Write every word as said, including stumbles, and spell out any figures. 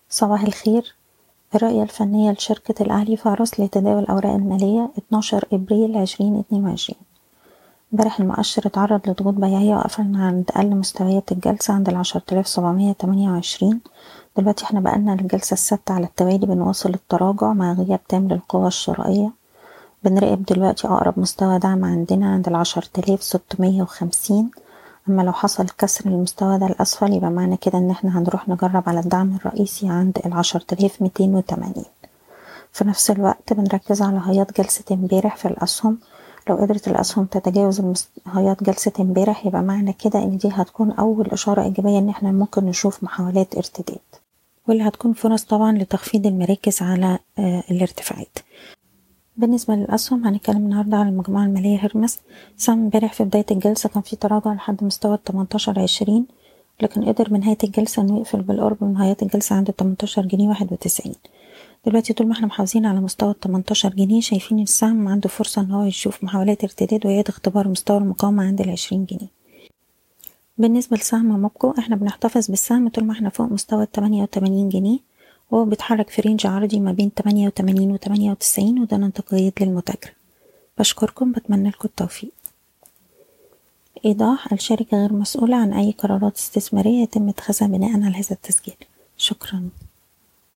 صباح الخير. الرؤية الفنية لشركة الأهلي فارس لتداول الأوراق المالية اتناشر إبريل عشرين اتنين وعشرين. امبارح المؤشر اتعرض لضغوط بيعية وقفلنا عند أقل مستويات الجلسة عند العشرة آلاف سبعمية تمانية وعشرين. دلوقتي احنا بقالنا الجلسة السادسة على التوالي بنواصل التراجع مع غياب تام للقوى الشرائية. بنراقب دلوقتي أقرب مستوى دعم عندنا عند العشرة آلاف ستمية وخمسين. اما لو حصل كسر المستوى ده الأسفل يبقى معنى كده ان احنا هنروح نجرب على الدعم الرئيسي عند العشرة آلاف ميتين وتمانين. في نفس الوقت بنركز على هياط جلسة امبارح في الأسهم. لو قدرت الأسهم تتجاوز المس- هياط جلسة امبارح يبقى معنى كده ان دي هتكون أول إشارة إيجابية ان احنا ممكن نشوف محاولات ارتداد، واللي هتكون فرص طبعا لتخفيض المراكز على آه الارتفاعات. بالنسبة للأسهم هنتكلم النهاردة على المجموعة المالية هرمس. سهم امبارح في بداية الجلسة كان في تراجع لحد مستوى التمنتاشر عشرين، لكن قدر بنهاية الجلسة انه يقفل بالقرب من نهاية الجلسة عند التمنتاشر جنيه واحد وتسعين. دلوقتي طول ما احنا محافظين على مستوى التمنتاشر جنيه شايفين السهم عنده فرصة ان هو يشوف محاولات ارتداد ويعيد اختبار مستوى المقاومة عند العشرين جنيه. بالنسبة لسهم موبكو احنا بنحتفظ بالسهم طول ما احنا فوق مستوى التمانية وتمانين جنيه، وهو بيتحرك في رينج عرضي ما بين تمانية وتمانين وتمانية وتسعين، وده تقييد للمتاجرة. بشكركم، بتمنى لكم التوفيق. إيضاح: الشركة غير مسؤولة عن أي قرارات استثمارية يتم اتخاذها بناء على هذا التسجيل. شكرا.